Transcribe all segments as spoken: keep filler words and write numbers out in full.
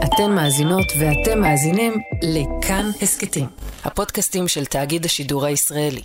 אתן מאזינות ואתם מאזינים לכאן הסקטים, הפודקאסטים של תאגיד השידור הישראלי.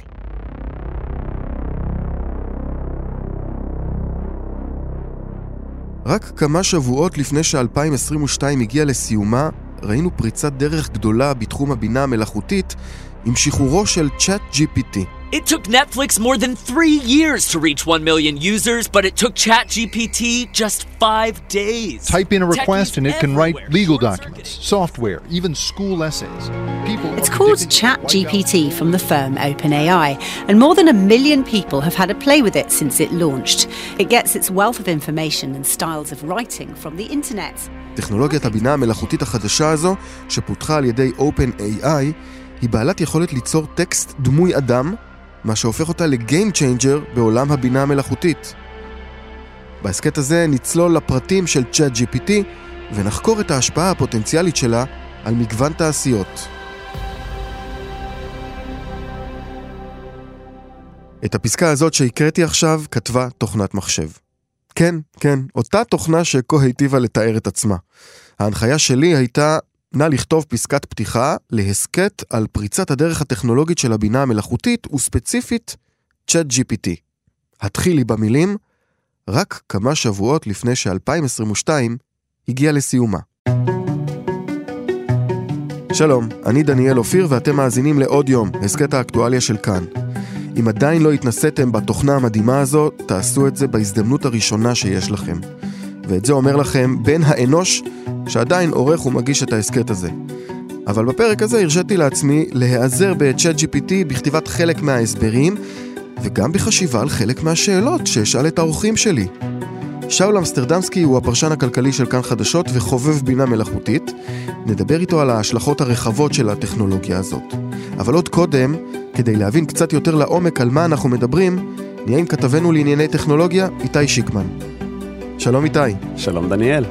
רק כמה שבועות לפני ש-אלפיים עשרים ושתיים הגיע לסיומה, ראינו פריצת דרך גדולה בתחום הבינה המלאכותית עם שחרורו של צ'אט ג'י פי טי. It took Netflix more than three years to reach one million users, but it took ChatGPT just five days. Type in a request and it can write legal documents, software, even school essays. People it's called ChatGPT from the firm OpenAI, and more than a million people have had a play with it since it launched. It gets its wealth of information and styles of writing from the internet. טכנולוגיית הבינה המלאכותית החדשה הזו, שפותחה על ידי OpenAI, היא בעלת יכולת ליצור טקסט דמוי אדם, מה שהופך אותה לגיים צ'יינג'ר בעולם הבינה המלאכותית. בהסקט הזה נצלול לפרטים של צ'אט ג'י פי טי ונחקור את ההשפעה הפוטנציאלית שלה על מגוון תעשיות. את הפסקה הזאת שהקראתי עכשיו כתבה תוכנת מחשב. כן, כן, אותה תוכנה שכה היטיבה לתאר את עצמה. ההנחיה שלי הייתה נא לכתוב פסקת פתיחה להסקט על פריצת הדרך הטכנולוגית של הבינה המלאכותית וספציפית צ'אט ג'י פי טי. התחילי במילים, רק כמה שבועות לפני ש-אלפיים עשרים ושתיים הגיע לסיומה. שלום, אני דניאל אופיר ואתם מאזינים לעוד יום, הסקט האקטואליה של כאן. אם עדיין לא התנסיתם בתוכנה המדהימה הזו, תעשו את זה בהזדמנות הראשונה שיש לכם. ואת זה אומר לכם בן האנוש שעדיין עורך ומגיש את ההסקט הזה. אבל בפרק הזה הרשיתי לעצמי להיעזר בצ'אט ג'י פי טי בכתיבת חלק מההסברים, וגם בחשיבה על חלק מהשאלות שאשאל את האורחים שלי. שאול אמסטרדמסקי הוא הפרשן הכלכלי של כאן חדשות וחובב בינה מלאכותית. נדבר איתו על ההשלכות הרחבות של הטכנולוגיה הזאת. אבל עוד קודם, כדי להבין קצת יותר לעומק על מה אנחנו מדברים, נהיה עם כתבנו לענייני טכנולוגיה, איתי שיקמן. שלום איתי. שלום דניאל.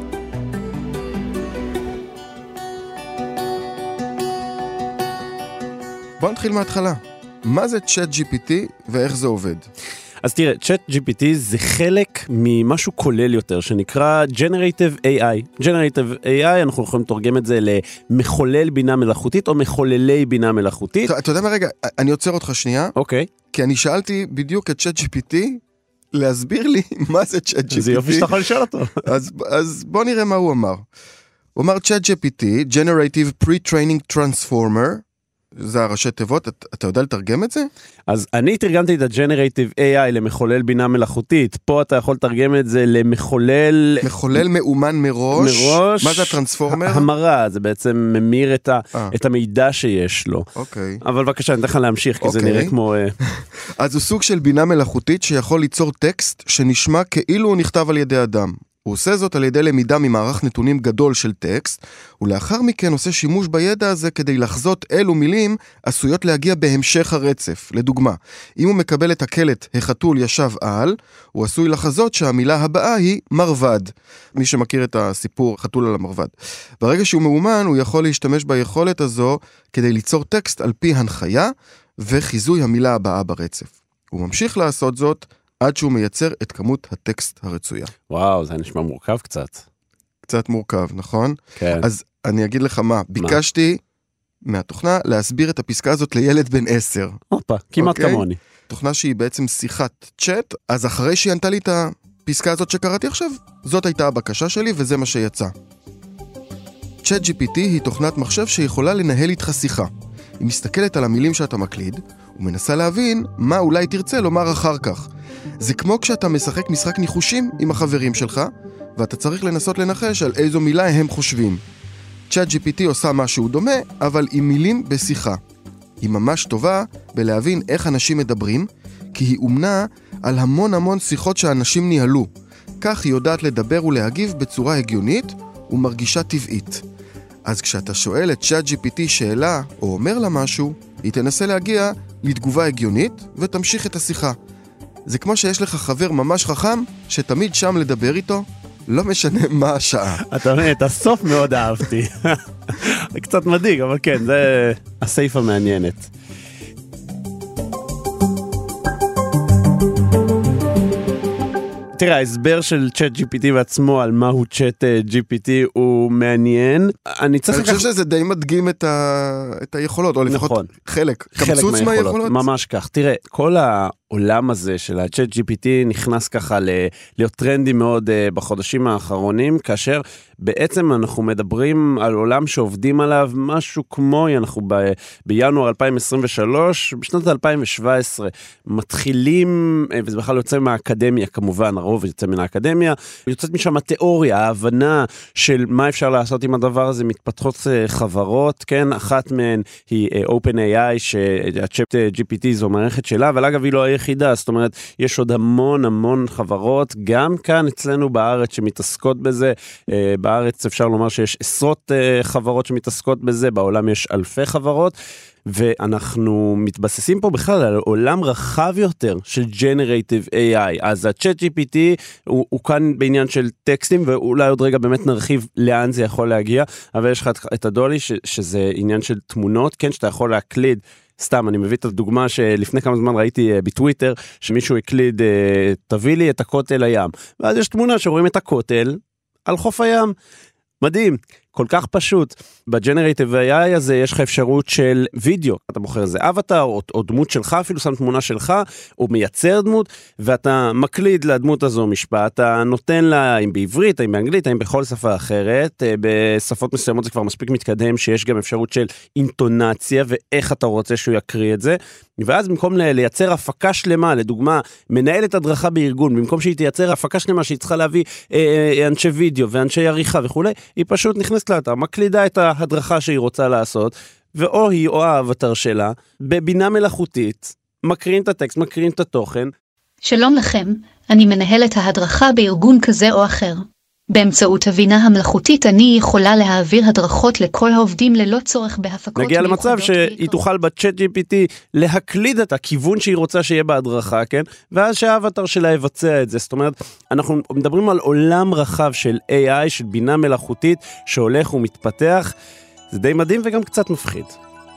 בוא נתחיל מההתחלה. מה זה צ'אט ג'י פי טי ואיך זה עובד? אז תראה, צ'אט ג'י פי טי זה חלק ממשהו כולל יותר, שנקרא Generative איי איי. Generative איי איי, אנחנו יכולים לתרגם את זה למחולל בינה מלאכותית, או מחוללי בינה מלאכותית. אתה יודע מה רגע, אני עוצר אותך שנייה. אוקיי. כי אני שאלתי בדיוק את צ'אט ג'י פי טי, להסביר לי מה זה צ'אט ג'י פי טי. זה יופי שאתה יכול לשאול אותו. אז, אז בוא נראה מה הוא אמר. הוא אמר צ'אט ג'י פי טי, Generative Pre-Training Transformer, זה הראשי תיבות, אתה, אתה יודע לתרגם את זה? אז אני תרגמתי את ה-Generative איי איי למחולל בינה מלאכותית, פה אתה יכול לתרגם את זה למחולל... מחולל מאומן מראש. מראש. מה זה הטרנספורמר? המרה, זה בעצם ממיר את, ה, את המידע שיש לו. אוקיי. אבל בבקשה, אני אתן לך להמשיך, כי אוקיי. זה נראה כמו... אז הוא סוג של בינה מלאכותית שיכול ליצור טקסט שנשמע כאילו הוא נכתב על ידי אדם. הוא עושה זאת על ידי למידה ממערך נתונים גדול של טקסט, ולאחר מכן עושה שימוש בידע הזה כדי לחזות אילו מילים עשויות להגיע בהמשך הרצף. לדוגמה, אם הוא מקבל את הקלט החתול ישב על, הוא עשוי לחזות שהמילה הבאה היא מרבד. מי שמכיר את הסיפור חתול על המרבד. ברגע שהוא מאומן, הוא יכול להשתמש ביכולת הזו כדי ליצור טקסט על פי הנחיה וחיזוי המילה הבאה ברצף. הוא ממשיך לעשות זאת עד שהוא מייצר את כמות הטקסט הרצויה. וואו, זה נשמע מורכב קצת. קצת מורכב, נכון? כן. אז אני אגיד לך מה, ביקשתי מהתוכנה להסביר את הפסקה הזאת לילד בן עשר. אופה, כמעט אוקיי? כמוני. תוכנה שהיא בעצם שיחת צ'אט, אז אחרי שהיא ענתה לי את הפסקה הזאת שקראתי עכשיו, זאת הייתה הבקשה שלי וזה מה שיצא. צ'אט ג'י פי טי היא תוכנת מחשב שיכולה לנהל איתך שיחה. היא מסתכלת על המילים שאתה מקליד, ומנסה להבין מה אולי תרצה לומר אחר כך. זה כמו כשאתה משחק משחק ניחושים עם החברים שלך, ואתה צריך לנסות לנחש על איזו מילה הם חושבים. צ'אט ג'י פי טי עושה משהו דומה, אבל עם מילים בשיחה. היא ממש טובה בלהבין איך אנשים מדברים, כי היא אומנה על המון המון שיחות שאנשים ניהלו. כך היא יודעת לדבר ולהגיב בצורה הגיונית ומרגישה טבעית. אז כשאתה שואל את צ'אט ג'י פי טי שאלה או אומר לה משהו, היא תנסה להגיע לתגובה הגיונית ותמשיך את השיחה. זה כמו שיש לך חבר ממש חכם שתמיד שם לדבר איתו, לא משנה מה השעה. אתה אומר, את הסוף מאוד אהבתי. זה קצת מדאיג, אבל כן, זה הסעיף המעניינת. תראה, ההסבר של צ'אט ג'י פי טי בעצמו על מהו צ'אט ג'י פי טי הוא מעניין. אני צריך אני חושב שזה די מדגים את, ה... את היכולות, או לפחות נכון. חלק. קמצוץ מהיכולות. ממש כך. תראה, כל העולם הזה של הצ'אט ג'י פי טי נכנס ככה ל... להיות טרנדי מאוד uh, בחודשים האחרונים, כאשר בעצם אנחנו מדברים על עולם שעובדים עליו משהו כמו, אנחנו ב... בינואר אלפיים עשרים ושלוש, בשנת אלפיים שבע עשרה, מתחילים, וזה בכלל יוצא מהאקדמיה כמובן, הרוב יוצא מן האקדמיה, יוצאת משם התיאוריה, ההבנה של מה אפשר לעשות עם הדבר הזה, מתפתחות חברות, כן, אחת מהן היא OpenAI, שהצ'אט ג'י פי טי זו מערכת שלה, אבל אגב היא לא היחידה, זאת אומרת, יש עוד המון המון חברות, גם כאן אצלנו בארץ שמתעסקות בזה, בארץ אפשר לומר שיש עשרות חברות שמתעסקות בזה, בעולם יש אלפי חברות, ואנחנו מתבססים פה בכלל על עולם רחב יותר של Generative איי איי. אז ה-צ'אט ג'י פי טי הוא, הוא כאן בעניין של טקסטים, ואולי עוד רגע באמת נרחיב לאן זה יכול להגיע, אבל יש לך את הדולי ש, שזה עניין של תמונות, כן, שאתה יכול להקליד, סתם, אני מביא את הדוגמה שלפני כמה זמן ראיתי בטוויטר, שמישהו הקליד, תביא לי את הכותל הים, ואז יש תמונה שרואים את הכותל על חוף הים. מדהים, כל כך פשוט. בג'נרייטיב איי איי הזה יש לך אפשרות של וידאו, אתה בוחר איזה אבטר או, או דמות שלך, אפילו שם תמונה שלך, או מייצר דמות, ואתה מקליד לדמות הזו משפט, אתה נותן לה, אם בעברית, אם באנגלית, אם בכל שפה אחרת, בשפות מסוימות זה כבר מספיק מתקדם, שיש גם אפשרות של אינטונציה, ואיך אתה רוצה שהוא יקריא את זה, ואז במקום לייצר הפקה שלמה, לדוגמה, מנהלת הדרכה בארגון, במקום שהיא תייצר הפקה שלמה שהיא צריכה להביא אה, אנשי וידאו ואנשי עריכה וכו', היא פשוט נכנסת לאתר, מקלידה את ההדרכה שהיא רוצה לעשות, ואו היא או האבטר שלה, בבינה מלאכותית, מקריאים את הטקסט, מקריאים את התוכן. שלום לכם, אני מנהלת ההדרכה בארגון כזה או אחר. באמצעות הבינה המלאכותית אני יכולה להעביר הדרכות לכל העובדים ללא צורך בהפקות. נגיע למצב שהיא תוכל בצ'אט ג'י פי טי להקליד את הכיוון שהיא רוצה שיהיה בהדרכה, כן? ואז שהאבטר שלה יבצע את זה. זאת אומרת, אנחנו מדברים על עולם רחב של איי איי, של בינה מלאכותית, שהולך ומתפתח. זה די מדהים וגם קצת מפחיד.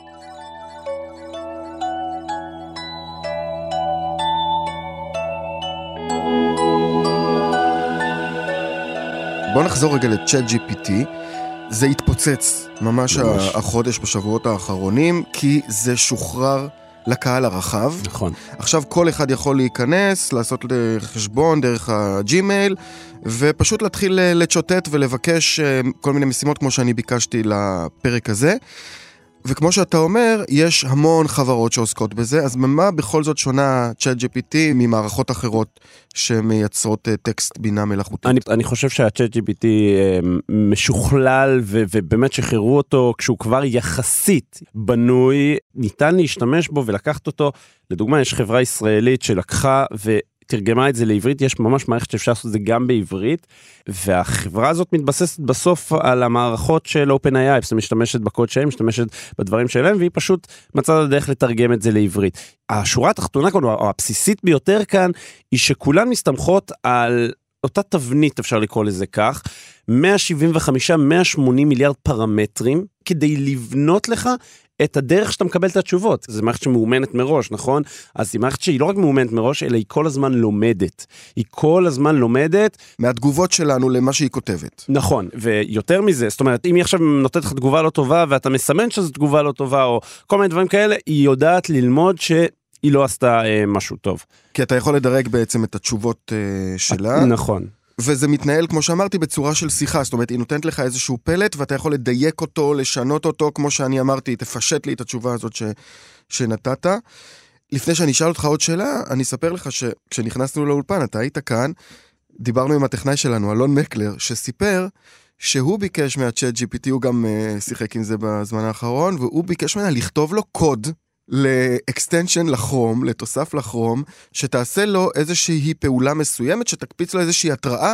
בוא נחזור רגע לצ'אט ג'י פי טי, זה התפוצץ ממש, ממש. החודש בשבועות האחרונים, כי זה שוחרר לקהל הרחב. נכון. עכשיו כל אחד יכול להיכנס, לעשות חשבון דרך הג'ימייל, ופשוט להתחיל לצ'וטט ולבקש כל מיני משימות כמו שאני ביקשתי לפרק הזה. וכמו שאתה אומר, יש המון חברות שעוסקות בזה, אז מה בכל זאת שונה צ'אט ג'י פי טי ממערכות אחרות שמייצרות טקסט בינה מלאכותית? אני, אני חושב שהצ'אט ג'י פי טי משוכלל ו, ובאמת שחררו אותו כשהוא כבר יחסית בנוי, ניתן להשתמש בו ולקחת אותו. לדוגמה, יש חברה ישראלית שלקחה ו... תרגמה את זה לעברית, יש ממש מערכת שאפשר לעשות את זה גם בעברית, והחברה הזאת מתבססת בסוף על המערכות של OpenAI, זאת משתמשת בקוד שלהם, משתמשת בדברים שלהם, והיא פשוט מצאה הדרך לתרגם את זה לעברית. השורה התחתונה, או הבסיסית ביותר כאן, היא שכולן מסתמכות על אותה תבנית, אפשר לקרוא לזה כך, מאה שבעים וחמישה מאה שמונים מיליארד פרמטרים, כדי לבנות לך את הדרך שאתה מקבל את התשובות. זו מערכת שמאומנת מראש, נכון? אז היא מערכת שהיא לא רק מאומנת מראש, אלא היא כל הזמן לומדת. היא כל הזמן לומדת. מהתגובות שלנו למה שהיא כותבת. נכון, ויותר מזה, זאת אומרת, אם היא עכשיו נותנת לך תגובה לא טובה, ואתה מסמן שזו תגובה לא טובה, או כל מיני דברים כאלה, היא יודעת ללמוד שהיא לא עשתה אה, משהו טוב. כי אתה יכול לדרג בעצם את התשובות אה, שלה. נכון. וזה מתנהל, כמו שאמרתי, בצורה של שיחה, זאת אומרת, היא נותנת לך איזשהו פלט, ואתה יכול לדייק אותו, לשנות אותו, כמו שאני אמרתי, תפשט לי את התשובה הזאת ש... שנתת. לפני שאני אשאל אותך עוד שאלה, אני אספר לך שכשנכנסנו לאולפן, אתה היית כאן, דיברנו עם הטכנאי שלנו, אלון מקלר, שסיפר שהוא ביקש מהצ'אט ג'י פי טי, הוא גם uh, שיחק עם זה בזמן האחרון, והוא ביקש ממנה לכתוב לו קוד, לאקסטנשן לכרום, לתוסף לכרום, שתעשה לו איזושהי פעולה מסוימת, שתקפיץ לו איזושהי התראה,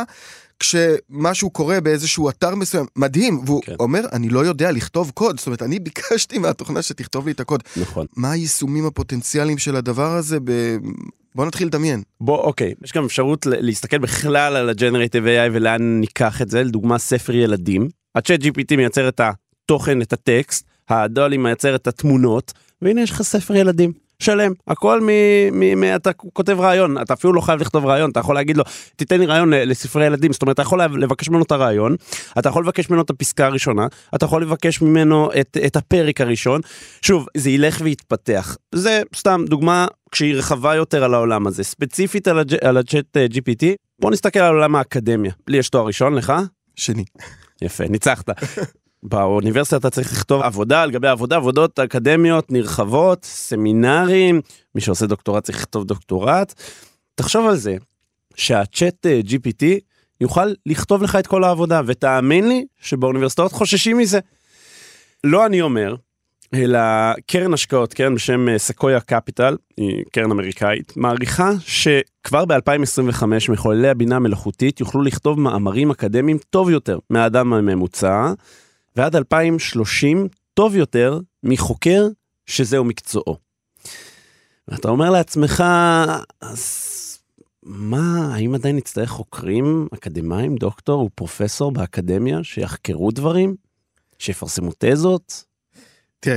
כשמשהו קורה באיזשהו אתר מסוים, מדהים, והוא כן. אומר, אני לא יודע לכתוב קוד, זאת אומרת, אני ביקשתי מהתוכנה שתכתוב לי את הקוד. נכון. מה היישומים הפוטנציאליים של הדבר הזה? ב... בוא נתחיל לדמיין. בוא, אוקיי, יש גם אפשרות להסתכל בכלל על ה-Generative איי איי ולאן ניקח את זה, לדוגמה ספר ילדים. ה-צ'אט ג'י פי טי מייצר את התוכן, את הטקסט, הדולי מייצר את התמונות, והנה יש לך ספר ילדים. שלם, הכל מ... מ... מ... אתה כותב רעיון, אתה אפילו לא חייב לכתוב רעיון, אתה יכול להגיד לו, תיתן לי רעיון לספרי ילדים, זאת אומרת, אתה יכול לבקש ממנו את הרעיון, אתה יכול לבקש ממנו את הפסקה הראשונה, אתה יכול לבקש ממנו את, את הפרק הראשון, שוב, זה ילך ויתפתח, זה סתם דוגמה כשהיא רחבה יותר על העולם הזה, ספציפית על, הג'... על הצ'אט ג'י פי טי, בוא נסתכל על עולם האקדמיה, לי יש תואר ראשון, לך? שני. יפה, ניצחת. באוניברסיטה אתה צריך לכתוב עבודה על גבי עבודה, עבודות אקדמיות נרחבות, סמינרים, מי שעושה דוקטורט צריך לכתוב דוקטורט. תחשוב על זה, שהצ'אט ג'י פי טי יוכל לכתוב לך את כל העבודה, ותאמין לי שבאוניברסיטאות חוששים מזה. לא אני אומר, אלא קרן השקעות, קרן בשם סקויה קפיטל, היא קרן אמריקאית, מעריכה שכבר ב-אלפיים עשרים וחמש מחוללי הבינה המלאכותית יוכלו לכתוב מאמרים אקדמיים טוב יותר מהאדם הממוצע, ועד אלפיים ושלושים טוב יותר מחוקר שזהו מקצועו. ואתה אומר לעצמך, אז מה, האם עדיין נצטרך חוקרים אקדמיים, דוקטור ופרופסור באקדמיה שיחקרו דברים? שיפרסמו תזות? תראה,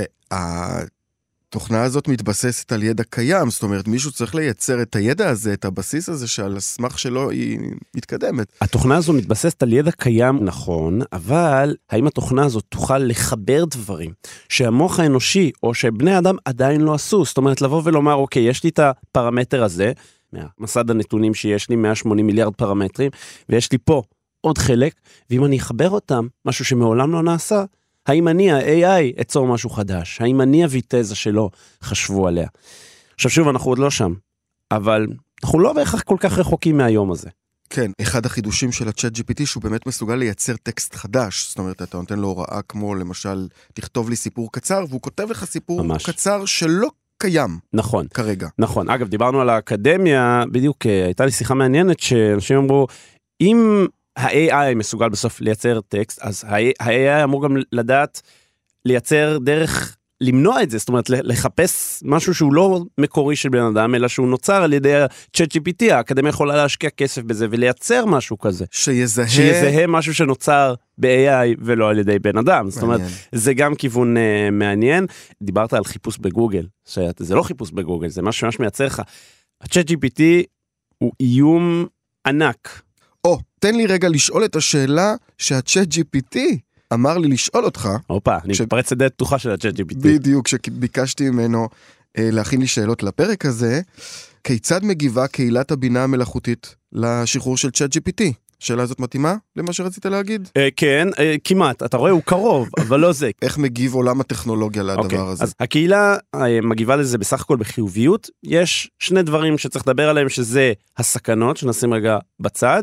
התוכנה הזאת מתבססת על ידע קיים, זאת אומרת, מישהו צריך לייצר את הידע הזה, את הבסיס הזה, שעל הסמך שלו היא מתקדמת. התוכנה הזו מתבססת על ידע קיים, נכון, אבל האם התוכנה הזאת תוכל לחבר דברים שהמוח האנושי או שבני אדם עדיין לא עשו? זאת אומרת, לבוא ולומר, אוקיי, יש לי את הפרמטר הזה, מהמסד הנתונים שיש לי מאה ושמונים מיליארד פרמטרים, ויש לי פה עוד חלק, ואם אני אחבר אותם, משהו שמעולם לא נעשה, האם אני, ה-איי איי, אצור משהו חדש? האם אני אביא תזה שלא חשבו עליה? עכשיו שוב, אנחנו עוד לא שם, אבל אנחנו לא בהכרח כל כך רחוקים מהיום הזה. כן, אחד החידושים של הצ'אט ג'י פי טי, שהוא באמת מסוגל לייצר טקסט חדש, זאת אומרת, אתה נותן לו הוראה כמו, למשל, תכתוב לי סיפור קצר, והוא כותב לך סיפור ממש. קצר שלא קיים. נכון. כרגע. נכון. אגב, דיברנו על האקדמיה, בדיוק הייתה לי שיחה מעניינת, שאנשים אמרו, אם ה-איי איי מסוגל בסוף לייצר טקסט, אז ה-איי איי אמור גם לדעת לייצר דרך למנוע את זה, זאת אומרת, לחפש משהו שהוא לא מקורי של בן אדם, אלא שהוא נוצר על ידי ה-צ'אט ג'י פי טי, האקדמיה יכולה להשקיע כסף בזה, ולייצר משהו כזה. שיזהה... שיזהה משהו שנוצר ב-איי איי, ולא על ידי בן אדם. זאת אומרת, זה גם כיוון uh, מעניין. דיברת על חיפוש בגוגל, שזה לא חיפוש בגוגל, זה משהו ממש מייצר לך. ה-צ'אט ג'י פי טי הוא איום ענק. או, תן לי רגע לשאול את השאלה שה-צ'אט ג'י פי טי אמר לי לשאול אותך. אופה, אני מתפרץ לדלת פתוחה של ה-צ'אט ג'י פי טי. בדיוק, כשביקשתי ממנו אה, להכין לי שאלות לפרק הזה, כיצד מגיבה קהילת הבינה המלאכותית לשחרור של צ'אט ג'י פי טי? השאלה הזאת מתאימה למה שרצית להגיד? אה, כן, אה, כמעט. אתה רואה, הוא קרוב, אבל לא זה. איך מגיב עולם הטכנולוגיה לדבר אוקיי, הזה? אז הקהילה אה, מגיבה לזה בסך הכל בחיוביות. יש שני דברים שצריך לדבר עליהם, שזה הסכנות, שנשים רגע בצד,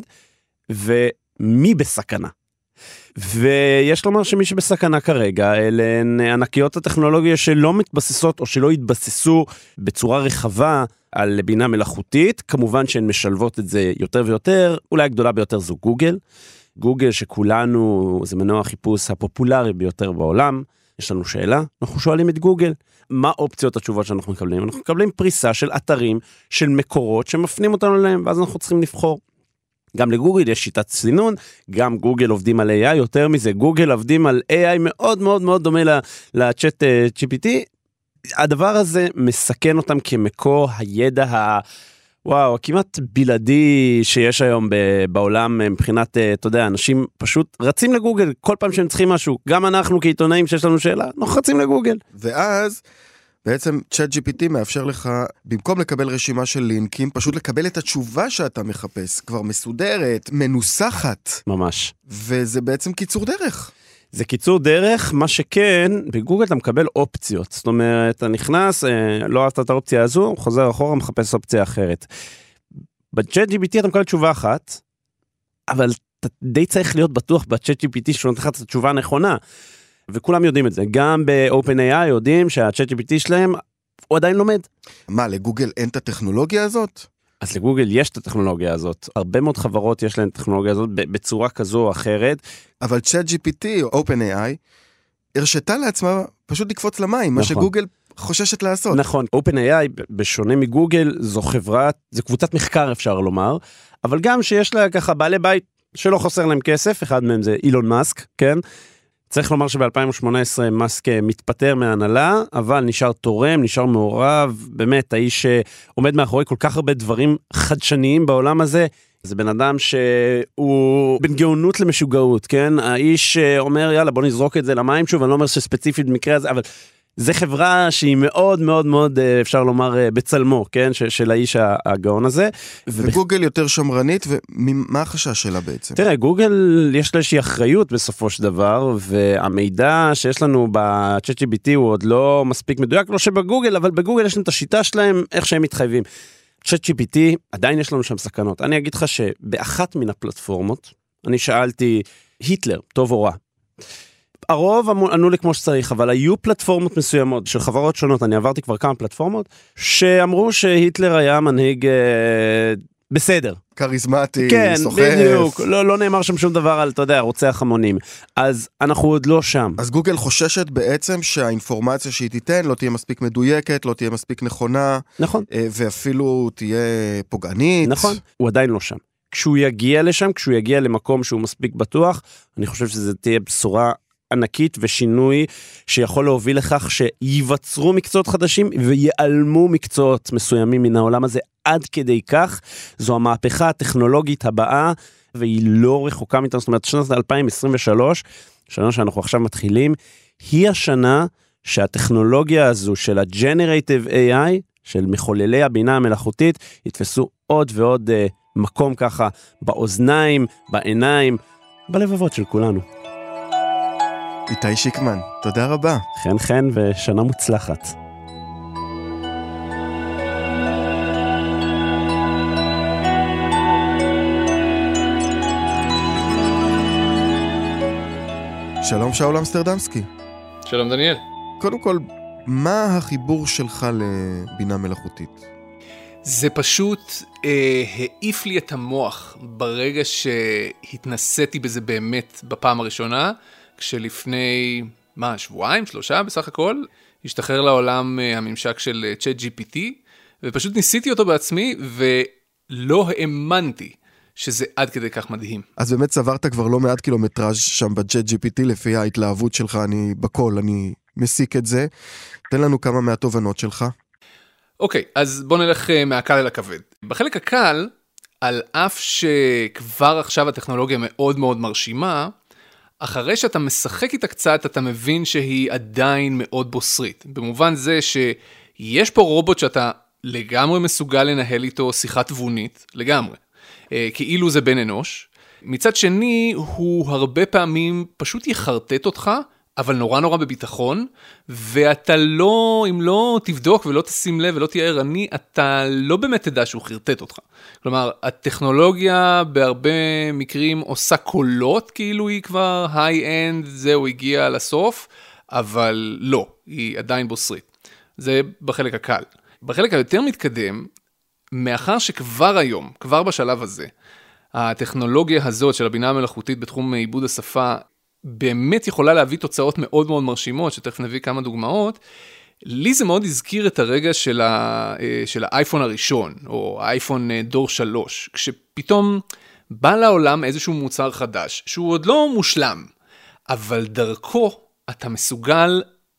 ומי בסכנה. ויש לומר שמי שבסכנה כרגע, אלה הן ענקיות הטכנולוגיה שלא מתבססות או שלא התבססו בצורה רחבה על בינה מלאכותית, כמובן שהן משלבות את זה יותר ויותר, אולי הגדולה ביותר זו גוגל, גוגל שכולנו, זה מנוע החיפוש הפופולרי ביותר בעולם, יש לנו שאלה, אנחנו שואלים את גוגל, מה אופציות התשובות שאנחנו מקבלים? אנחנו מקבלים פריסה של אתרים, של מקורות שמפנים אותנו אליהם, ואז אנחנו צריכים לבחור. גם לגוגל יש שיטת סינון, גם גוגל עובדים על איי איי, יותר מזה, גוגל עובדים על איי איי מאוד מאוד מאוד דומה לצ'אט ג'י פי טי, הדבר הזה מסכן אותם כמקור הידע ה... וואו, כמעט בלעדי שיש היום בעולם מבחינת, אתה יודע, אנשים פשוט רצים לגוגל, כל פעם שהם צריכים משהו, גם אנחנו כעיתונאים שיש לנו שאלה, אנחנו רצים לגוגל. ואז... בעצם צ'אט ג'י פי טי מאפשר לך, במקום לקבל רשימה של לינקים, פשוט לקבל את התשובה שאתה מחפש, כבר מסודרת, מנוסחת. ממש. וזה בעצם קיצור דרך. זה קיצור דרך, מה שכן, בגוגל אתה מקבל אופציות. זאת אומרת, אתה נכנס, לא אהבת את האופציה הזו, חוזר אחורה, מחפש אופציה אחרת. בצ'אט ג'י פי טי אתה מקבל תשובה אחת, אבל אתה די צריך להיות בטוח בצ'אט ג'י פי טי שהוא נותן לך את התשובה הנכונה. וכולם יודעים את זה, גם ב-OpenAI יודעים שה-צ'אט ג'י פי טי שלהם, הוא עדיין לומד. מה, לגוגל אין את הטכנולוגיה הזאת? אז לגוגל יש את הטכנולוגיה הזאת, הרבה מאוד חברות יש להן את הטכנולוגיה הזאת, בצורה כזו או אחרת. אבל צ'אט ג'י פי טי או OpenAI, הרשתה לעצמה פשוט לקפוץ למים, נכון. מה שגוגל חוששת לעשות. נכון, OpenAI, בשונה מגוגל, זו חברה, זו קבוצת מחקר אפשר לומר, אבל גם שיש לה ככה בעלי בית שלא חוסר להם כסף, אחד מהם זה אילון מאסק, כן? צריך לומר שב-אלפיים ושמונה עשרה מאסק מתפטר מההנהלה, אבל נשאר תורם, נשאר מעורב, באמת, האיש שעומד מאחורי כל כך הרבה דברים חדשניים בעולם הזה, זה בן אדם שהוא בין גאונות למשוגעות, כן? האיש אומר, יאללה, בוא נזרוק את זה למים שוב, אני לא אומר שספציפית במקרה הזה, אבל זה חברה שהיא מאוד מאוד מאוד, אפשר לומר, בצלמו, כן? של האיש הגאון הזה. וגוגל יותר שמרנית, ומה החשש שלה בעצם? תראה, גוגל יש לה איזושהי אחריות בסופו של דבר, והמידע שיש לנו ב-צ'אט ג'י פי טי הוא עוד לא מספיק מדויק, לא שבגוגל, אבל בגוגל יש להם את השיטה שלהם, איך שהם מתחייבים. צ'אט ג'י פי טי, עדיין יש לנו שם סכנות. אני אגיד לך שבאחת מן הפלטפורמות, אני שאלתי, היטלר, טוב או רע? הרוב ענו לי כמו שצריך, אבל היו פלטפורמות מסוימות של חברות שונות, אני עברתי כבר כמה פלטפורמות, שאמרו שהיטלר היה מנהיג אה, בסדר. קריזמטי, כן, סוחף. כן, בדיוק. לא, לא נאמר שם שום דבר על, אתה יודע, רוצח המונים. אז אנחנו עוד לא שם. אז גוגל חוששת בעצם שהאינפורמציה שהיא תיתן לא תהיה מספיק מדויקת, לא תהיה מספיק נכונה. נכון. ואפילו תהיה פוגענית. נכון. הוא עדיין לא שם. כשהוא יגיע לשם, כשהוא יגיע למקום שהוא מספיק בטוח, אני חושב שזה תהיה בשורה ענקית ושינוי שיכול להוביל לכך שיווצרו מקצועות חדשים ויעלמו מקצועות מסוימים מן העולם הזה עד כדי כך. זו המהפכה הטכנולוגית הבאה והיא לא רחוקה מאיתנו, זאת אומרת שנת אלפיים עשרים ושלוש, שנה שאנחנו עכשיו מתחילים, היא השנה שהטכנולוגיה הזו של ה-Generative איי איי, של מחוללי הבינה המלאכותית, יתפסו עוד ועוד uh, מקום ככה באוזניים, בעיניים, בלבבות של כולנו. איתי שיקמן, תודה רבה. חן חן ושנה מוצלחת. שלום שאול אמסטרדמסקי. שלום דניאל. קודם כל, מה החיבור שלך לבינה מלאכותית? זה פשוט אה, העיף לי את המוח ברגע שהתנסיתי בזה באמת בפעם הראשונה, כשלפני, מה, שבועיים, שלושה בסך הכל, השתחרר לעולם הממשק של צ'אט ג'י פי טי, ופשוט ניסיתי אותו בעצמי, ולא האמנתי שזה עד כדי כך מדהים. אז באמת צברת כבר לא מעט קילומטראז' שם בצ'אט ג'י פי טי, לפי ההתלהבות שלך, אני בכל, אני מסיק את זה. תן לנו כמה מהתובנות שלך. אוקיי, אז בוא נלך מהקל אל הכבד. בחלק הקל, על אף שכבר עכשיו הטכנולוגיה מאוד מאוד מרשימה, אחרי שאתה משחק איתה קצת, אתה מבין שהיא עדיין מאוד בוסרית. במובן זה שיש פה רובוט שאתה לגמרי מסוגל לנהל איתו שיחה תבונית, לגמרי. כאילו זה בן אנוש. מצד שני, הוא הרבה פעמים פשוט יחרטט אותך, אבל נורא נורא בביטחון, ואתה לא, אם לא תבדוק ולא תשים לב ולא תהיה ערני, אתה לא באמת תדע שהוא חרטט אותך. כלומר, הטכנולוגיה בהרבה מקרים עושה קולות, כאילו היא כבר היי-אנד, זהו, הגיע לסוף, אבל לא, היא עדיין בוסרית. זה בחלק הקל. בחלק היותר מתקדם, מאחר שכבר היום, כבר בשלב הזה, הטכנולוגיה הזאת של הבינה המלאכותית בתחום עיבוד השפה, באמת יכולה להביא תוצאות מאוד מאוד מרשימות, שתכף נביא כמה דוגמאות. לי זה מאוד הזכיר את הרגע של, ה, של האייפון הראשון, או האייפון דור שלוש, כשפתאום בא לעולם איזשהו מוצר חדש, שהוא עוד לא מושלם, אבל דרכו אתה מסוגל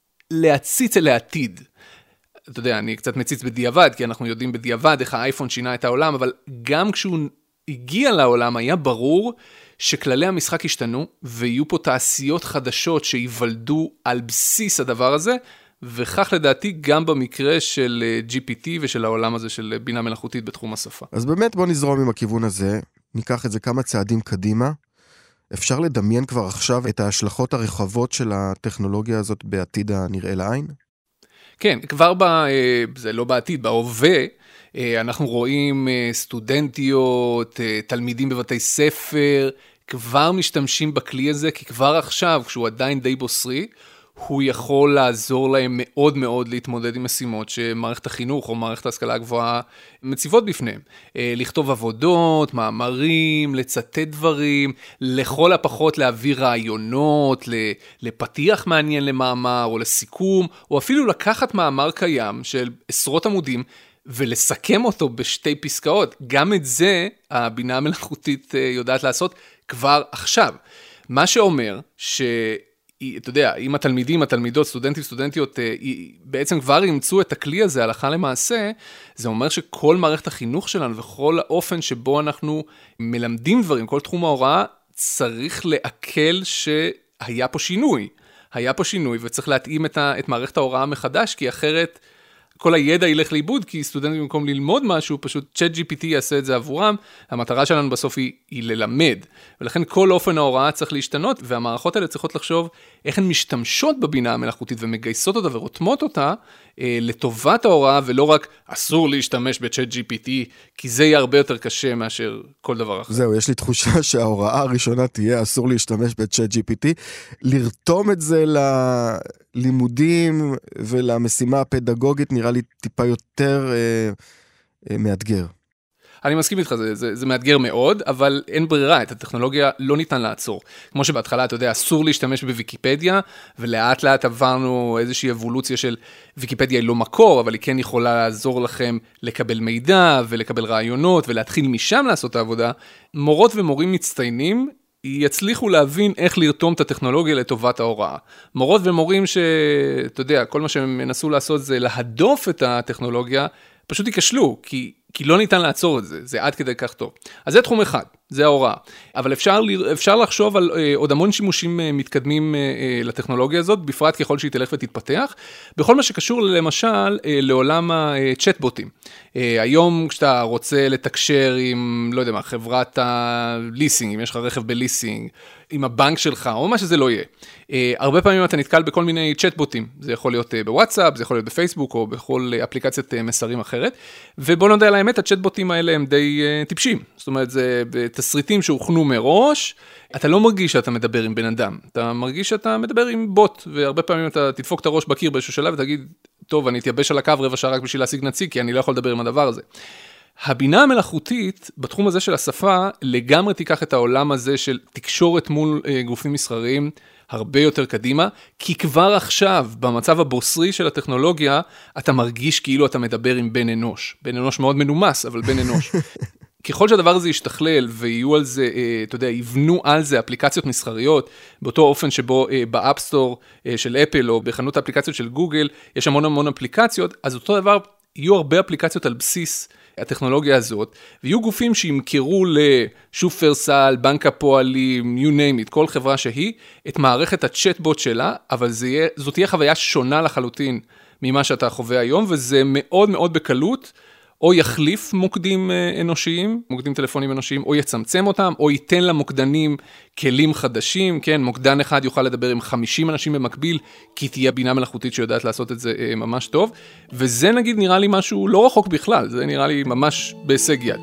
להציץ אל העתיד. אתה יודע, אני קצת מציץ בדיעבד, כי אנחנו יודעים בדיעבד איך האייפון שינה את העולם, אבל גם כשהוא הגיע לעולם היה ברור שכללי המשחק השתנו, ויהיו פה תעשיות חדשות שיוולדו על בסיס הדבר הזה, וכך לדעתי גם במקרה של ג'י פי טי ושל העולם הזה של בינה מלאכותית בתחום השפה. אז באמת בוא נזרום עם הכיוון הזה, ניקח את זה כמה צעדים קדימה. אפשר לדמיין כבר עכשיו את ההשלכות הרחבות של הטכנולוגיה הזאת בעתיד הנראה לעין? כן, כבר ב... זה לא בעתיד, בהווה, אנחנו רואים סטודנטיות, תלמידים בבתי ספר, כבר משתמשים בכלי הזה, כי כבר עכשיו, כשהוא עדיין די בוסרי, הוא יכול לעזור להם מאוד מאוד להתמודד עם משימות שמערכת החינוך או מערכת ההשכלה הגבוהה מציבות בפניהם. לכתוב עבודות, מאמרים, לצטט דברים, לכל הפחות להביא רעיונות, לפתיח מעניין למאמר או לסיכום, או אפילו לקחת מאמר קיים של עשרות עמודים, ולסכם אותו בשתי פסקאות. גם את זה הבינה המלאכותית יודעת לעשות כבר עכשיו. מה שאומר ש... אתה יודע, אם התלמידים, התלמידות, סטודנטים, סטודנטיות, בעצם כבר ימצאו את הכלי הזה הלכה למעשה, זה אומר שכל מערכת החינוך שלנו וכל האופן שבו אנחנו מלמדים דברים, כל תחום ההוראה, צריך לעכל שהיה פה שינוי. היה פה שינוי וצריך להתאים את, ה, את מערכת ההוראה מחדש, כי אחרת כל הידע ילך לאיבוד, כי סטודנטים במקום ללמוד משהו, פשוט צ'אט ג'י פי טי יעשה את זה עבורם, המטרה שלנו בסוף היא, היא ללמד, ולכן כל אופן ההוראה צריך להשתנות, והמערכות האלה צריכות לחשוב איך הן משתמשות בבינה המלאכותית, ומגייסות אותה ורותמות אותה, אה, לטובת ההוראה, ולא רק אסור להשתמש בצ'אט ג'י פי טי, כי זה יהיה הרבה יותר קשה מאשר כל דבר אחר. זהו, יש לי תחושה שההוראה הראשונה תהיה אסור להשתמש בצ'אט ג'י פי טי, לרתום את זה ללימודים ולמשימה הפדגוגית, נראה לי טיפה יותר אה, אה, מאתגר. אני מסכים איתך, זה, זה, זה מאתגר מאוד, אבל אין ברירה, את הטכנולוגיה לא ניתן לעצור. כמו שבהתחלה, אתה יודע, אסור להשתמש בוויקיפדיה, ולאט לאט עברנו איזושהי אבולוציה של ויקיפדיה היא לא מקור, אבל היא כן יכולה לעזור לכם לקבל מידע, ולקבל רעיונות, ולהתחיל משם לעשות את העבודה. מורות ומורים מצטיינים, יצליחו להבין איך לרתום את הטכנולוגיה לטובת ההוראה. מורות ומורים שאתה יודע, כל מה שהם מנסו לעשות זה להדוף את הטכנולוגיה, פשוט ייכשלו, כי, כי לא ניתן לעצור את זה, זה עד כדי כך טוב. אז זה תחום אחד, זה ההוראה. אבל אפשר, אפשר לחשוב על אה, עוד המון שימושים אה, מתקדמים אה, אה, לטכנולוגיה הזאת, בפרט ככל שהיא תלך ותתפתח, בכל מה שקשור למשל אה, לעולם הצ'טבוטים. אה, היום כשאתה רוצה לתקשר עם, לא יודע מה, חברת הליסינג, אם יש לך רכב בליסינג, עם הבנק שלך, או מה שזה לא יהיה. Uh, הרבה פעמים אתה נתקל בכל מיני צ'טבוטים, זה יכול להיות uh, בוואטסאפ, זה יכול להיות בפייסבוק, או בכל uh, אפליקציית uh, מסרים אחרת, ובוא נדע על האמת, הצ'טבוטים האלה הם די uh, טיפשים, זאת אומרת, זה תסריטים שהוכנו מראש, אתה לא מרגיש שאתה מדבר עם בן אדם, אתה מרגיש שאתה מדבר עם בוט, והרבה פעמים אתה תדפוק את הראש בקיר באיזשהו שלב, ותגיד, טוב, אני אתייבש על הקו רבע שעה רק בשביל להשיג נציג, כי אני לא יכול לדבר עם הדבר הזה. הבינה המלאכותית, בתחום הזה של השפה, לגמרי תיקח את העולם הזה של תקשורת מול גופים מסחריים, הרבה יותר קדימה, כי כבר עכשיו, במצב הבוסרי של הטכנולוגיה, אתה מרגיש כאילו אתה מדבר עם בן אנוש. בן אנוש מאוד מנומס, אבל בן אנוש. ככל שהדבר הזה ישתכלל, ויהיו על זה, אתה יודע, יבנו על זה אפליקציות מסחריות, באותו אופן שבו באפסטור של אפל, או בחנות האפליקציות של גוגל, יש המון המון אפליקציות, אז אותו דבר, יהיו הרבה אפליקציות על בסיס הטכנולוגיה הזאת, ויהיו גופים שימכרו לשופרסל, בנק הפועלים, you name it, כל חברה שהיא, את מערכת הצ'טבוט שלה, אבל זה יהיה, זאת תהיה חוויה שונה לחלוטין ממה שאתה חווה היום, וזה מאוד מאוד בקלות, או יחליף מוקדים אנושיים, מוקדים טלפונים אנושיים, או יצמצם אותם, או ייתן למוקדנים כלים חדשים, כן, מוקדן אחד יוכל לדבר עם חמישים אנשים במקביל, כי תהיה בינה מלאכותית שיודעת לעשות את זה ממש טוב, וזה נגיד נראה לי משהו לא רחוק בכלל, זה נראה לי ממש בהישג יד.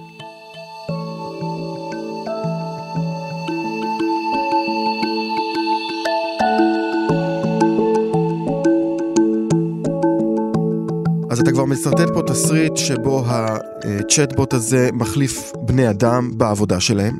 אז אתה כבר מסרטט פה תסריט שבו הצ'טבוט הזה מחליף בני אדם בעבודה שלהם,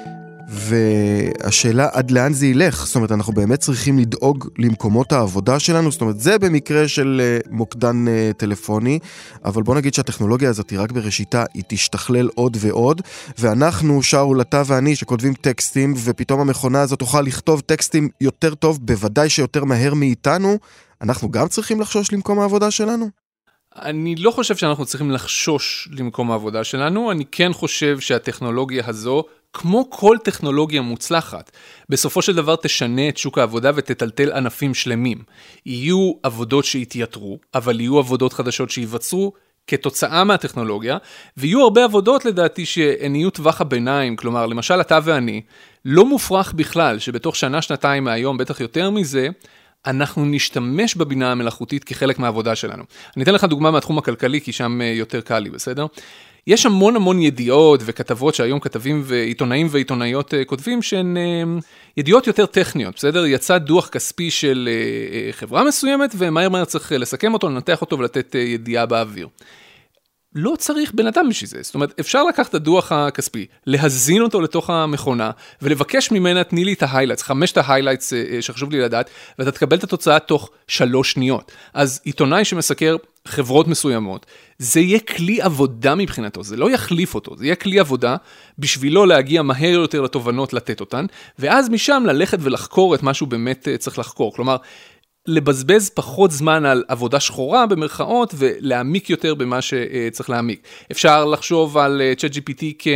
והשאלה עד לאן זה ילך, זאת אומרת אנחנו באמת צריכים לדאוג למקומות העבודה שלנו, זאת אומרת זה במקרה של מוקדן טלפוני, אבל בוא נגיד שהטכנולוגיה הזאת היא רק בראשיתה, היא תשתכלל עוד ועוד, ואנחנו, שאול, אתה ואני שכותבים טקסטים, ופתאום המכונה הזאת תוכל לכתוב טקסטים יותר טוב, בוודאי שיותר מהר מאיתנו, אנחנו גם צריכים לחשוש למקום העבודה שלנו? אני לא חושב שאנחנו צריכים לחשוש למקום העבודה שלנו, אני כן חושב שהטכנולוגיה הזו, כמו כל טכנולוגיה מוצלחת, בסופו של דבר תשנה את שוק העבודה ותטלטל ענפים שלמים. יהיו עבודות שיתייתרו, אבל יהיו עבודות חדשות שיווצרו כתוצאה מהטכנולוגיה, ויהיו הרבה עבודות לדעתי שהן יהיו טווח הביניים, כלומר למשל אתה ואני, לא מופרך בכלל שבתוך שנה שנתיים מהיום, בטח יותר מזה, אנחנו נשתמש בבינה המלאכותית כחלק מהעבודה שלנו. אני אתן לך דוגמה מהתחום הכלכלי, כי שם יותר קל לי, בסדר? יש המון המון ידיעות וכתבות שהיום כתבים ועיתונאים ועיתונאיות כותבים שהן ידיעות יותר טכניות, בסדר? יצא דוח כספי של חברה מסוימת, ומהר מהר צריך לסכם אותו, לנתח אותו ולתת ידיעה באוויר. לא צריך בן אדם בשביל זה. זאת אומרת, אפשר לקחת את הדוח הכספי, להזין אותו לתוך המכונה, ולבקש ממנה, תני לי את ההיילייטס, חמשת ההיילייטס שחשוב לי לדעת, ואתה תקבל את התוצאה תוך שלוש שניות. אז עיתונאי שמסקר חברות מסוימות, זה יהיה כלי עבודה מבחינתו, זה לא יחליף אותו, זה יהיה כלי עבודה, בשבילו להגיע מהר יותר לתובנות, לתת אותן, ואז משם ללכת ולחקור את מה שהוא באמת צריך לחקור. כלומר, לבזבז פחות זמן על עבודה שחורה במרכאות, ולהעמיק יותר במה שצריך להעמיק. אפשר לחשוב על צ'אט ג'י פי טי כ...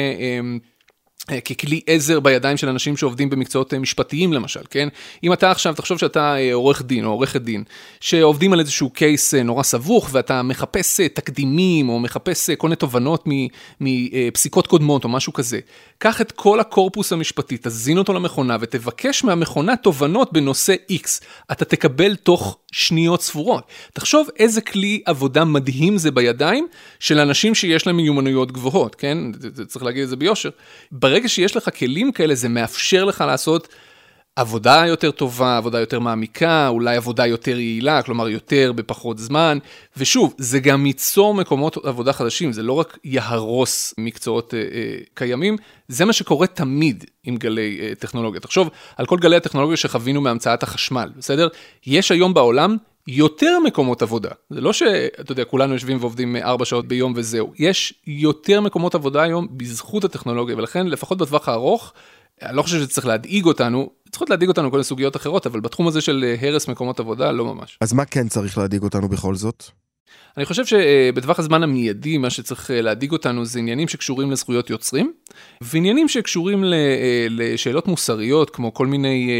ככלי עזר בידיים של אנשים שעובדים במקצועות משפטיים למשל, כן? אם אתה עכשיו, תחשוב שאתה עורך דין או עורכת דין, שעובדים על איזשהו קייס נורא סבוך, ואתה מחפש תקדימים, או מחפש כל מיני תובנות מפסיקות קודמות, או משהו כזה. קח את כל הקורפוס המשפטי, תזין אותו למכונה, ותבקש מהמכונה תובנות בנושא X. אתה תקבל תוך שניות ספורות. תחשוב איזה כלי עבודה מדהים זה בידיים, של אנשים שיש להם מיומנויות גבוהות, כן? צריך להגיד את זה ביושר. ברגע שיש לך כלים כאלה, זה מאפשר לך לעשות עבודה יותר טובה, עבודה יותר מעמיקה, אולי עבודה יותר יעילה, כלומר יותר בפחות זמן, ושוב, זה גם ייצור מקומות עבודה חדשים, זה לא רק יהרוס מקצועות אה, אה, קיימים, זה מה שקורה תמיד עם גלי אה, טכנולוגיה. תחשוב על כל גלי הטכנולוגיה שחווינו מהמצאת החשמל, בסדר? יש היום בעולם יותר מקומות עבודה. זה לא שאתה יודע, כולנו יושבים ועובדים ארבע שעות ביום וזהו. יש יותר מקומות עבודה היום בזכות הטכנולוגיה, ולכן לפחות בטווח הארוך, אני לא חושב שזה צריך להדאיג אותנו, צריכות להדאיג אותנו כל סוגיות אחרות, אבל בתחום הזה של הרס מקומות עבודה, לא ממש. אז מה כן צריך להדאיג אותנו בכל זאת? אני חושב שבטווח הזמן המיידי, מה שצריך להדאיג אותנו זה עניינים שקשורים לזכויות יוצרים, ועניינים שקשורים לשאלות מוסריות, כמו כל מיני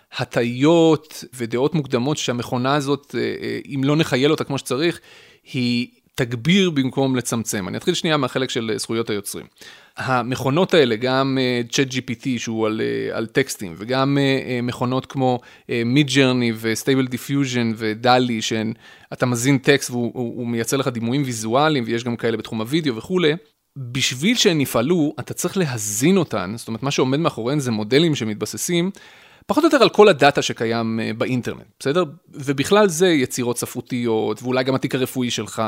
הטיות ודעות מוקדמות שהמכונה הזאת, אם לא נחייל אותה כמו שצריך, היא תגביר במקום לצמצם. אני אתחיל שנייה מהחלק של זכויות היוצרים. המכונות האלה, גם צ'אט ג'י פי טי שהוא על, על טקסטים, וגם מכונות כמו מידג'רני וסטייבל דיפיוז'ן ודלי, שאתה מזין טקסט והוא מייצר לך דימויים ויזואליים, ויש גם כאלה בתחום הוידאו וכו'. בשביל שהן יפעלו, אתה צריך להזין אותן, זאת אומרת, מה שעומד מאחוריהן זה מודלים שמתבססים, פחות או יותר על כל הדאטה שקיים באינטרנט, בסדר? ובכלל זה יצירות ספרותיות, ואולי גם התיק הרפואי שלך,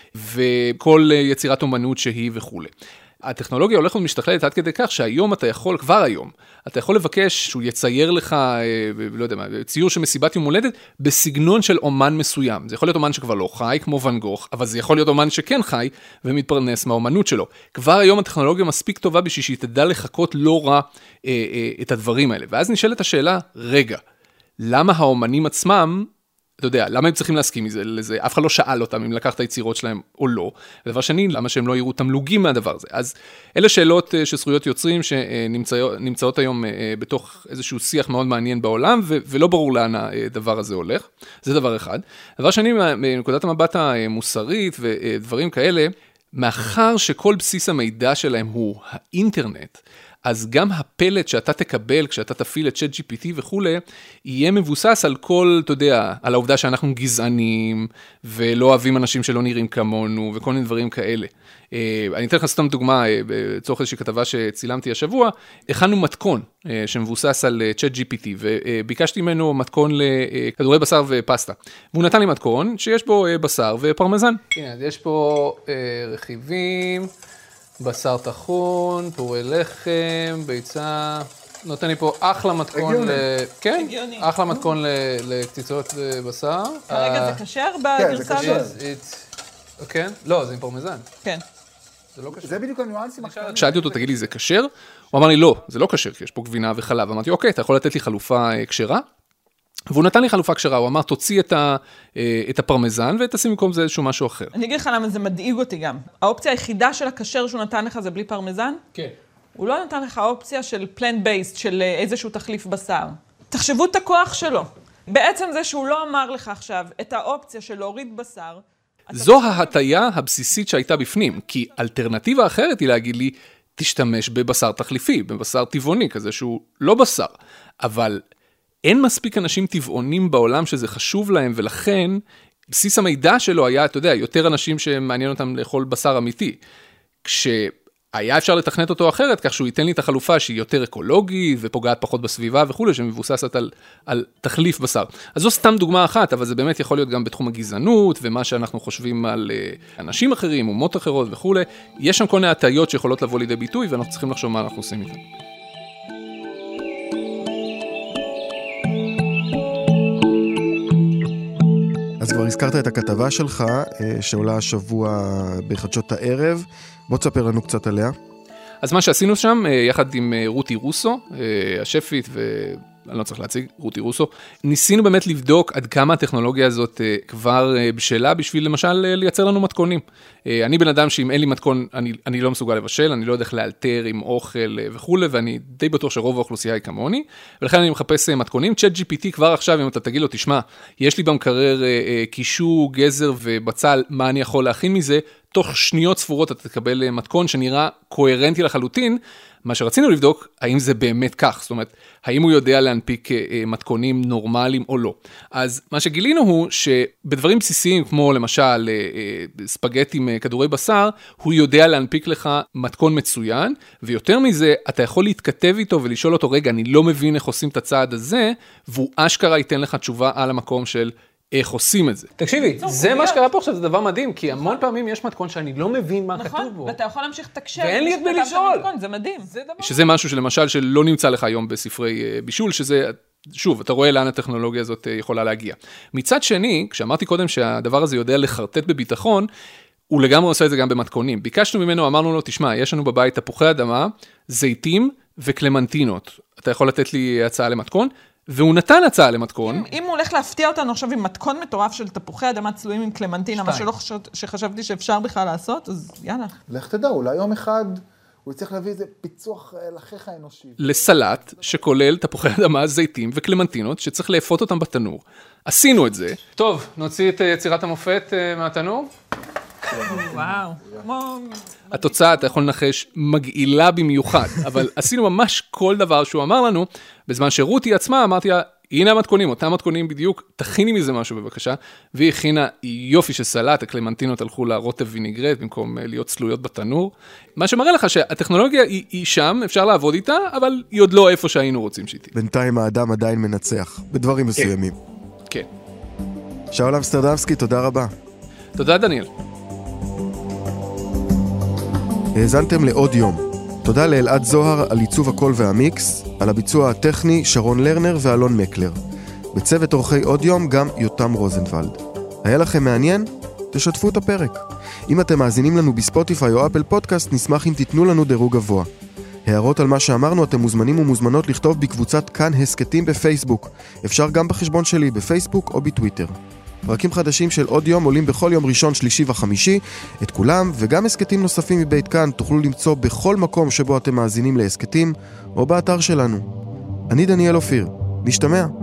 וכל יצירת אומנות שהיא וכו'. הטכנולוגיה הולכת ומשתכללת עד כדי כך שהיום אתה יכול, כבר היום, אתה יכול לבקש שהוא יצייר לך, לא יודע מה, ציור של מסיבת יום הולדת, בסגנון של אומן מסוים. זה יכול להיות אומן שכבר לא חי, כמו ואן גוך, אבל זה יכול להיות אומן שכן חי, ומתפרנס מהאומנות שלו. כבר היום הטכנולוגיה מספיק טובה בשביל שהיא תדע לחכות לא רע אה, אה, את הדברים האלה. ואז נשאלת השאלה, רגע, למה האומנים עצמם, אתה יודע, למה הם צריכים להסכים לזה? אף אחד לא שאל אותם אם לקח את היצירות שלהם או לא. ודבר שני, למה שהם לא יראו תמלוגים מהדבר הזה? אז אלה שאלות של זכויות יוצרים שנמצאות היום בתוך איזשהו שיח מאוד מעניין בעולם, ולא ברור לאן הדבר הזה הולך. זה דבר אחד. דבר שני, מנקודת המבט המוסרית ודברים כאלה, מאחר שכל בסיס המידע שלהם הוא האינטרנט, אז גם הפלט שאתה תקבל כשאתה תפעיל את צ'אט ג'י פי טי וכו', יהיה מבוסס על כל, אתה יודע, על העובדה שאנחנו גזענים, ולא אוהבים אנשים שלא נראים כמונו, וכל מיני דברים כאלה. אני אתן לך סתם דוגמה, בצורך איזושהי כתבה שצילמתי השבוע, הכנו מתכון שמבוסס על צ'אט ג'י פי טי, וביקשתי ממנו מתכון לכדורי בשר ופסטה. והוא נתן לי מתכון שיש בו בשר ופרמזן. כן, אז יש פה רכיבים, בשר טחון, פורי לחם, ביצה, נותן לי פה אחלה מתכון, ל... כן, הגיוני. אחלה מתכון ל... לקציצות בשר. כרגע זה כשר בגרסה הזאת? כן? לא, זה עם פרמזן. כן. זה לא כשר. זה בדיוק הניואנסים. שאלתי אותו, תגיד לי, זה כשר? הוא אמר לי, לא, זה לא כשר, כי יש פה גבינה וחלב. אמרתי, אוקיי, אתה יכול לתת לי חלופה כשרה? והוא נתן לי חלופה כשרה, הוא אמר, תוציא את, ה, את הפרמזן ותשים במקום זה איזשהו משהו אחר. אני אגיד לך למה זה מדאיג אותי גם. האופציה היחידה של הכשר שהוא נתן לך זה בלי פרמזן? כן. הוא לא נתן לך אופציה של פלנט בייסט, של איזשהו תחליף בשר. תחשבו את הכוח שלו. בעצם זה שהוא לא אמר לך עכשיו את האופציה של להוריד בשר. זו ההטיה הבסיסית שהייתה בפנים, כי אלטרנטיבה אחרת היא להגיד לי, תשתמש בבשר תחליפי, בבשר טבעוני, כזה שהוא לא בשר. אבל אין מספיק אנשים טבעונים בעולם שזה חשוב להם, ולכן בסיס המידע שלו היה, אתה יודע, יותר אנשים שמעניין אותם לאכול בשר אמיתי. כש... היה אפשר לתכנת אותו אחרת, כך שהוא ייתן לי את החלופה שהיא יותר אקולוגית, ופוגעת פחות בסביבה וכו', שמבוססת על, על תחליף בשר. אז זו סתם דוגמה אחת, אבל זה באמת יכול להיות גם בתחום הגזענות, ומה שאנחנו חושבים על uh, אנשים אחרים, אומות אחרות וכו'. יש שם כל מיני הטעיות שיכולות לבוא לידי ביטוי, ואנחנו צריכים לחשוב מה אנחנו עושים איתן. אז כבר הזכרת את הכתבה שלך, שעולה השבוע בחדשות הערב. בוא תספר לנו קצת עליה. אז מה שעשינו שם, יחד עם רותי רוסו, השפית, ואני לא צריך להציג, רותי רוסו, ניסינו באמת לבדוק עד כמה הטכנולוגיה הזאת כבר בשלה, בשביל למשל לייצר לנו מתכונים. אני בן אדם שאם אין לי מתכון, אני, אני לא מסוגל לבשל, אני לא יודע איך לאלתר עם אוכל וכו', ואני די בטוח שרוב האוכלוסייה היא כמוני, ולכן אני מחפש מתכונים. צ'אט ג'י פי טי כבר עכשיו, אם אתה תגיד לו, תשמע, יש לי במקרר קישור, גזר ובצל, מה אני יכול להכין מזה, תוך שניות ספורות אתה תקבל מתכון שנראה קוהרנטי לחלוטין. מה שרצינו לבדוק, האם זה באמת כך, זאת אומרת, האם הוא יודע להנפיק מתכונים נורמליים או לא. אז מה שגילינו הוא שבדברים בסיסיים, כמו למשל ספגטי עם כדורי בשר, הוא יודע להנפיק לך מתכון מצוין, ויותר מזה, אתה יכול להתכתב איתו ולשאול אותו, רגע, אני לא מבין איך עושים את הצעד הזה, והוא אשכרה ייתן לך תשובה על המקום של איך עושים את זה. תקשיבי, זה מה שקרה פה עכשיו, זה דבר מדהים, כי המון פעמים יש מתכון שאני לא מבין מה כתוב בו. נכון, ואתה יכול להמשיך לתקשר. ואין לי את מי לשאול. זה מדהים. שזה משהו שלמשל שלא נמצא לך היום בספרי בישול, שזה, שוב, אתה רואה לאן הטכנולוגיה הזאת יכולה להגיע. מצד שני, כשאמרתי קודם שהדבר הזה יודע לחרטט בביטחון, הוא לגמרי עושה את זה גם במתכונים. ביקשנו ממנו, אמרנו לו, תשמע, יש לנו בבית תפוחי אדמה, זיתים וקלמנטינות. אתה יכול לתת לי הצעה למתכון? והוא נתן הצעה למתכון. אם, אם הוא הולך להפתיע אותנו עכשיו עם מתכון מטורף של תפוחי אדמה צלויים עם קלמנטינה, מה שלא חשב, שחשבתי שאפשר בכלל לעשות, אז יאללה. לך תדע, אולי יום אחד הוא יצטרך להביא איזה פיצוח לחך האנושי. לסלט שכולל תפוחי אדמה, זיתים וקלמנטינות, שצריך לאפות אותם בתנור. עשינו את זה. טוב, נוציא את יצירת המופת מהתנור. וואו. כמו... התוצאה, אתה יכול לנחש, מגעילה במיוחד, אבל עשינו ממש כל דבר שהוא אמר לנו, בזמן שרותי עצמה אמרתי לה, הנה המתכונים, אותם מתכונים בדיוק, תכיני מזה משהו בבקשה, והיא הכינה יופי של סלט, הקלמנטינות הלכו לרוטב וינגרט, במקום להיות צלויות בתנור, מה שמראה לך שהטכנולוגיה היא, היא שם, אפשר לעבוד איתה, אבל היא עוד לא איפה שהיינו רוצים שהיא תהיה. בינתיים האדם עדיין מנצח, בדברים מסוימים. כן. שאול אמסטרדמסקי, תודה רבה. תודה דניאל. האזנתם לעוד יום. תודה לאלעד זוהר על עיצוב הקול והמיקס, על הביצוע הטכני שרון לרנר ואלון מקלר. בצוות אורחי עוד יום גם יותם רוזנבלד. היה לכם מעניין? תשתפו את הפרק. אם אתם מאזינים לנו בספוטיפיי או אפל פודקאסט, נשמח אם תיתנו לנו דירוג גבוה. הערות על מה שאמרנו אתם מוזמנים ומוזמנות לכתוב בקבוצת כאן הסקטים בפייסבוק. אפשר גם בחשבון שלי בפייסבוק או בטוויטר. פרקים חדשים של עוד יום עולים בכל יום ראשון, שלישי וחמישי. את כולם וגם הסקטים נוספים מבית כאן תוכלו למצוא בכל מקום שבו אתם מאזינים להסקטים או באתר שלנו. אני דניאל אופיר. נשתמע.